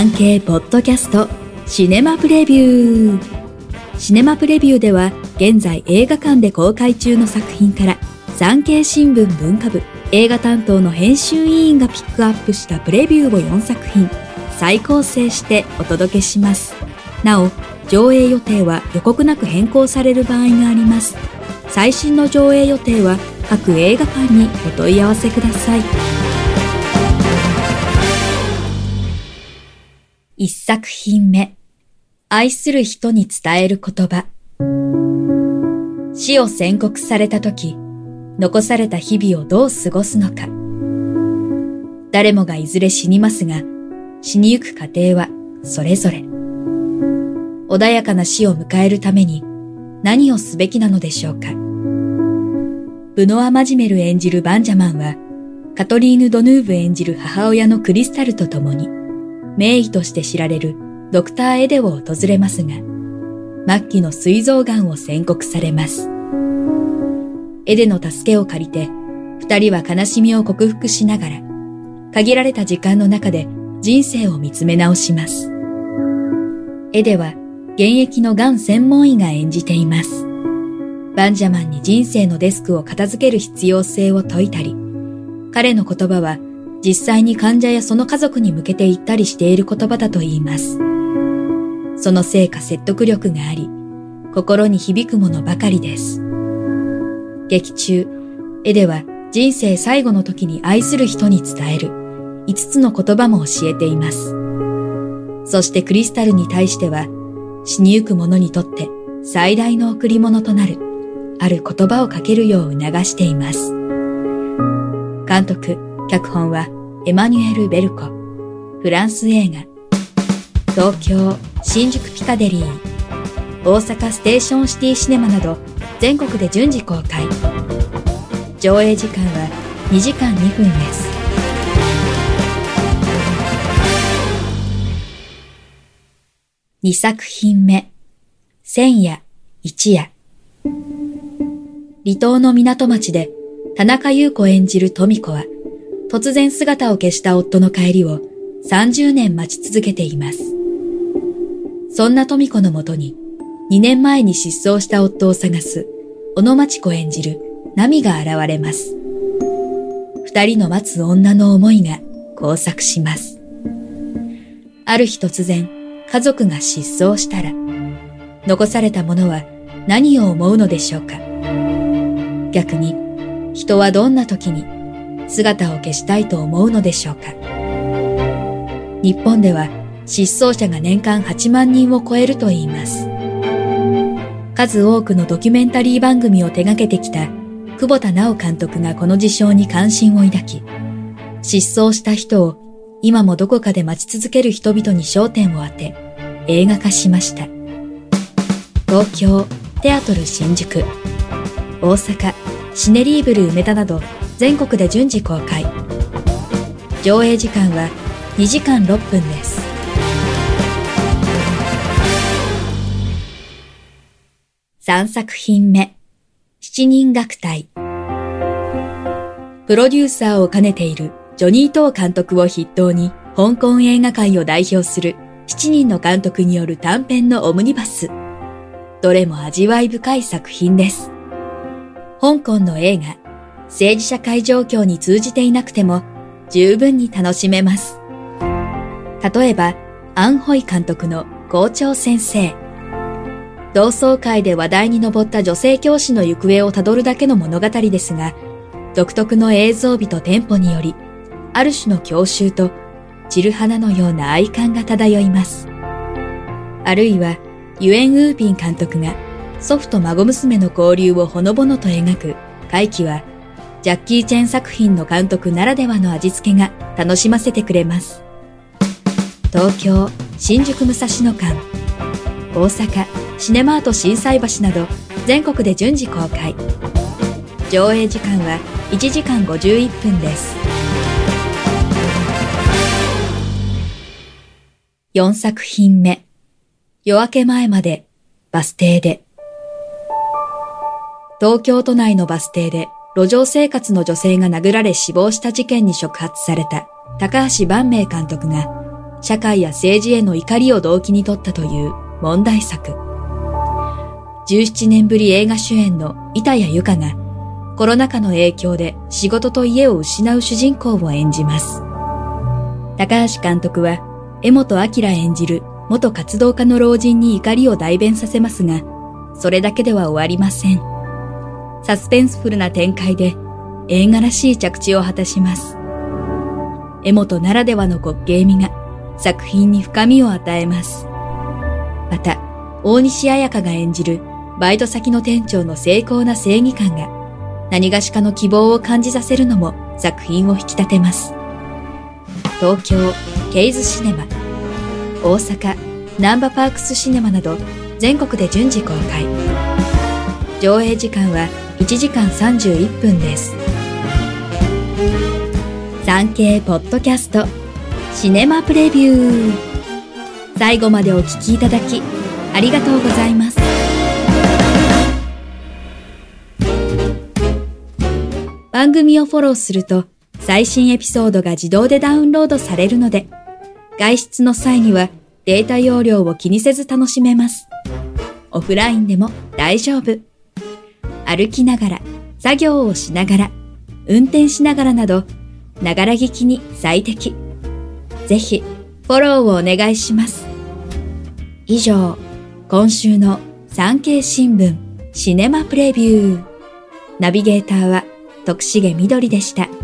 産経ポッドキャストシネマプレビュー。シネマプレビューでは現在映画館で公開中の作品から産経新聞文化部映画担当の編集委員がピックアップしたプレビューを4作品再構成してお届けします。なお、上映予定は予告なく変更される場合があります。最新の上映予定は各映画館にお問い合わせください。1作品目、愛する人に伝える言葉。死を宣告されたとき、残された日々をどう過ごすのか。誰もがいずれ死にますが、死にゆく過程はそれぞれ。穏やかな死を迎えるために何をすべきなのでしょうか。ブノア・マジメル演じるバンジャマンは、カトリーヌ・ドヌーブ演じる母親のクリスタルと共に、名医として知られるドクター・エデを訪れますが、末期の膵臓がんを宣告されます。エデの助けを借りて、二人は悲しみを克服しながら、限られた時間の中で人生を見つめ直します。エデは現役のがん専門医が演じています。バンジャマンに人生のデスクを片付ける必要性を説いたり、彼の言葉は実際に患者やその家族に向けて言ったりしている言葉だと言います。そのせいか説得力があり、心に響くものばかりです。劇中、エデは人生最後の時に愛する人に伝える5つの言葉も教えています。そしてクリスタルに対しては、死にゆく者にとって最大の贈り物となる、ある言葉をかけるよう促しています。監督、脚本はエマニュエル・ベルコ。フランス映画。東京、新宿ピカデリー、大阪ステーションシティシネマなど全国で順次公開。上映時間は2時間2分です。2作品目、千夜、一夜。離島の港町で田中優子演じる富子は、突然姿を消した夫の帰りを30年待ち続けています。そんな富子のもとに、2年前に失踪した夫を探す小野真知子演じるナミが現れます。二人の待つ女の思いが交錯します。ある日突然、家族が失踪したら、残された者は何を思うのでしょうか。逆に、人はどんな時に姿を消したいと思うのでしょうか。日本では失踪者が年間8万人を超えるといいます。数多くのドキュメンタリー番組を手掛けてきた久保田直監督がこの事象に関心を抱き、失踪した人を今もどこかで待ち続ける人々に焦点を当て映画化しました。東京、テアトル新宿、大阪、シネリーブル梅田など全国で順次公開。上映時間は2時間6分です。3作品目、七人楽隊。プロデューサーを兼ねているジョニー・トー監督を筆頭に香港映画界を代表する7人の監督による短編のオムニバス。どれも味わい深い作品です。香港の映画、政治社会状況に通じていなくても十分に楽しめます。例えば、アン・ホイ監督の校長先生。同窓会で話題に上った女性教師の行方をたどるだけの物語ですが、独特の映像美とテンポにより、ある種の郷愁と散る花のような愛感が漂います。あるいは、ユエン・ウーピン監督が祖父と孫娘の交流をほのぼのと描く怪奇は、ジャッキー・チェン作品の監督ならではの味付けが楽しませてくれます。東京、新宿武蔵野間、大阪、シネマート心斎橋など全国で順次公開。上映時間は1時間51分です。4作品目、夜明け前までバス停で。東京都内のバス停で路上生活の女性が殴られ死亡した事件に触発された高橋万明監督が社会や政治への怒りを動機に取ったという問題作。17年ぶり映画主演の板谷由夏がコロナ禍の影響で仕事と家を失う主人公を演じます。高橋監督は江本明演じる元活動家の老人に怒りを代弁させますが、それだけでは終わりません。サスペンスフルな展開で映画らしい着地を果たします。江本ならではの滑稽味が作品に深みを与えます。また、大西彩香が演じるバイト先の店長の精巧な正義感が何がしかの希望を感じさせるのも作品を引き立てます。東京ケイズシネマ、大阪ナンバパークスシネマなど全国で順次公開。上映時間は1時間31分です。産経ポッドキャストシネマプレビュー、最後までお聞きいただきありがとうございます。番組をフォローすると最新エピソードが自動でダウンロードされるので、外出の際にはデータ容量を気にせず楽しめます。オフラインでも大丈夫。歩きながら、作業をしながら、運転しながらなど、ながら聞きに最適。ぜひフォローをお願いします。以上、今週の産経新聞シネマプレビュー。ナビゲーターは徳重みどりでした。